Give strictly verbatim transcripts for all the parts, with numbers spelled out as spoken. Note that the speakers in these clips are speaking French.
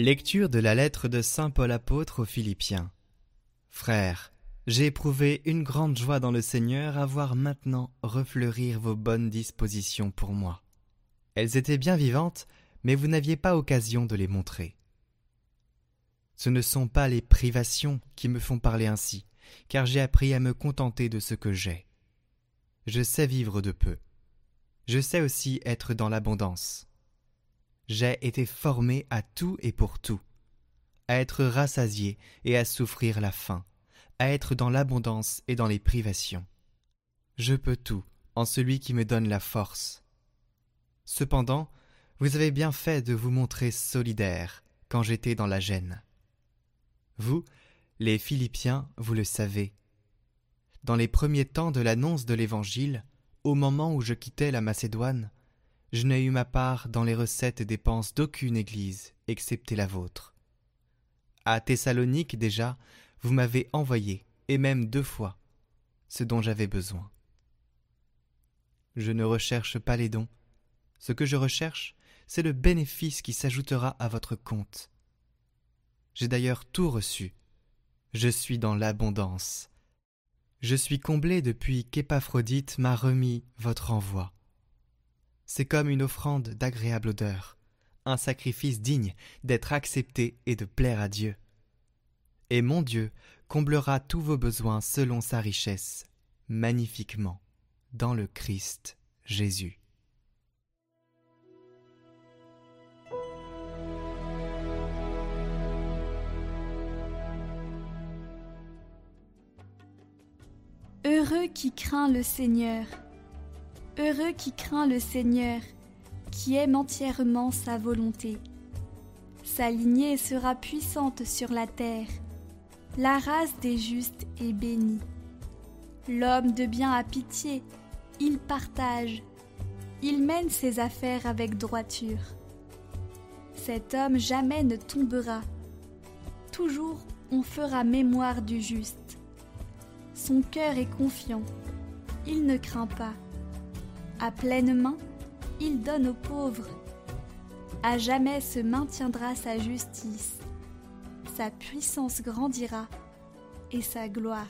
Lecture de la lettre de saint Paul apôtre aux Philippiens. Frères, j'ai éprouvé une grande joie dans le Seigneur à voir maintenant refleurir vos bonnes dispositions pour moi. Elles étaient bien vivantes, mais vous n'aviez pas occasion de les montrer. Ce ne sont pas les privations qui me font parler ainsi, car j'ai appris à me contenter de ce que j'ai. Je sais vivre de peu. Je sais aussi être dans l'abondance. J'ai été formé à tout et pour tout, à être rassasié et à souffrir la faim, à être dans l'abondance et dans les privations. Je peux tout en celui qui me donne la force. Cependant, vous avez bien fait de vous montrer solidaire quand j'étais dans la gêne. Vous, les Philippiens, vous le savez. Dans les premiers temps de l'annonce de l'Évangile, au moment où je quittais la Macédoine, je n'ai eu ma part dans les recettes et dépenses d'aucune église, excepté la vôtre. À Thessalonique déjà, vous m'avez envoyé, et même deux fois, ce dont j'avais besoin. Je ne recherche pas les dons. Ce que je recherche, c'est le bénéfice qui s'ajoutera à votre compte. J'ai d'ailleurs tout reçu. Je suis dans l'abondance. Je suis comblé depuis qu'Épaphrodite m'a remis votre envoi. C'est comme une offrande d'agréable odeur, un sacrifice digne d'être accepté et de plaire à Dieu. Et mon Dieu comblera tous vos besoins selon sa richesse, magnifiquement, dans le Christ Jésus. Heureux qui craint le Seigneur. Heureux qui craint le Seigneur, qui aime entièrement sa volonté. Sa lignée sera puissante sur la terre. La race des justes est bénie. L'homme de bien a pitié, il partage. Il mène ses affaires avec droiture. Cet homme jamais ne tombera. Toujours on fera mémoire du juste. Son cœur est confiant, il ne craint pas. À pleine main, il donne aux pauvres. À jamais se maintiendra sa justice. Sa puissance grandira et sa gloire.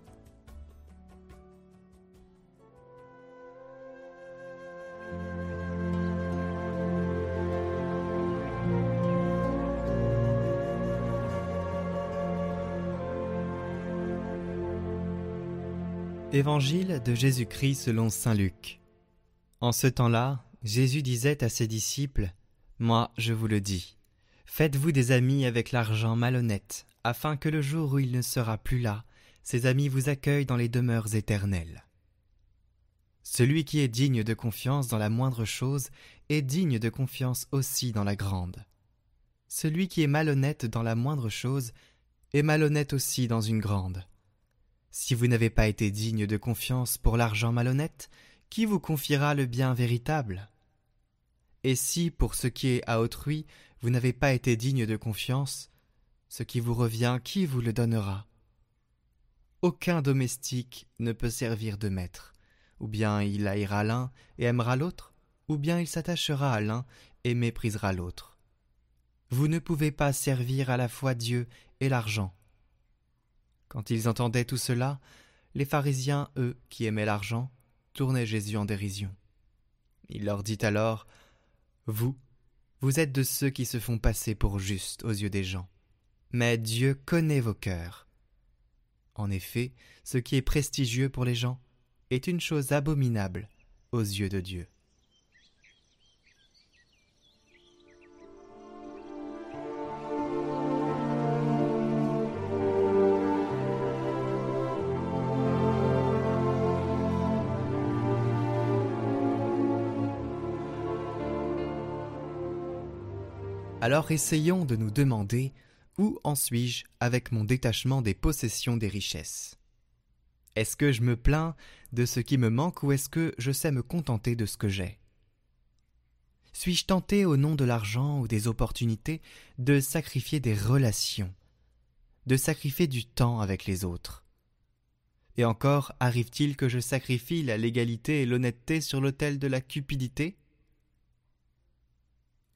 Évangile de Jésus-Christ selon saint Luc. En ce temps-là, Jésus disait à ses disciples : « Moi, je vous le dis, faites-vous des amis avec l'argent malhonnête, afin que le jour où il ne sera plus là, ces amis vous accueillent dans les demeures éternelles. Celui qui est digne de confiance dans la moindre chose est digne de confiance aussi dans la grande. Celui qui est malhonnête dans la moindre chose est malhonnête aussi dans une grande. Si vous n'avez pas été digne de confiance pour l'argent malhonnête, qui vous confiera le bien véritable ? Et si, pour ce qui est à autrui, vous n'avez pas été digne de confiance, ce qui vous revient, qui vous le donnera ? Aucun domestique ne peut servir de maître. Ou bien il haïra l'un et aimera l'autre, ou bien il s'attachera à l'un et méprisera l'autre. Vous ne pouvez pas servir à la fois Dieu et l'argent. Quand ils entendaient tout cela, les pharisiens, eux, qui aimaient l'argent, tournaient Jésus en dérision. Il leur dit alors : « Vous, vous êtes de ceux qui se font passer pour justes aux yeux des gens, mais Dieu connaît vos cœurs. En effet, ce qui est prestigieux pour les gens est une chose abominable aux yeux de Dieu. » Alors essayons de nous demander où en suis-je avec mon détachement des possessions des richesses. Est-ce que je me plains de ce qui me manque ou est-ce que je sais me contenter de ce que j'ai ? Suis-je tenté au nom de l'argent ou des opportunités de sacrifier des relations, de sacrifier du temps avec les autres ? Et encore, arrive-t-il que je sacrifie la légalité et l'honnêteté sur l'autel de la cupidité ?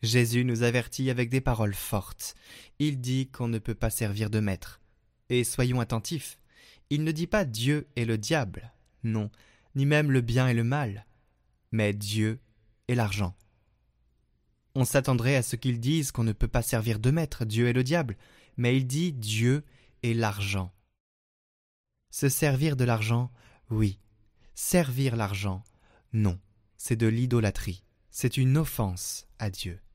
Jésus nous avertit avec des paroles fortes. Il dit qu'on ne peut pas servir de maître. Et soyons attentifs, il ne dit pas Dieu et le diable, non, ni même le bien et le mal, mais Dieu et l'argent. On s'attendrait à ce qu'ils disent qu'on ne peut pas servir de maître, Dieu et le diable, mais il dit Dieu et l'argent. Se servir de l'argent, oui. Servir l'argent, non. C'est de l'idolâtrie. C'est une offense à Dieu.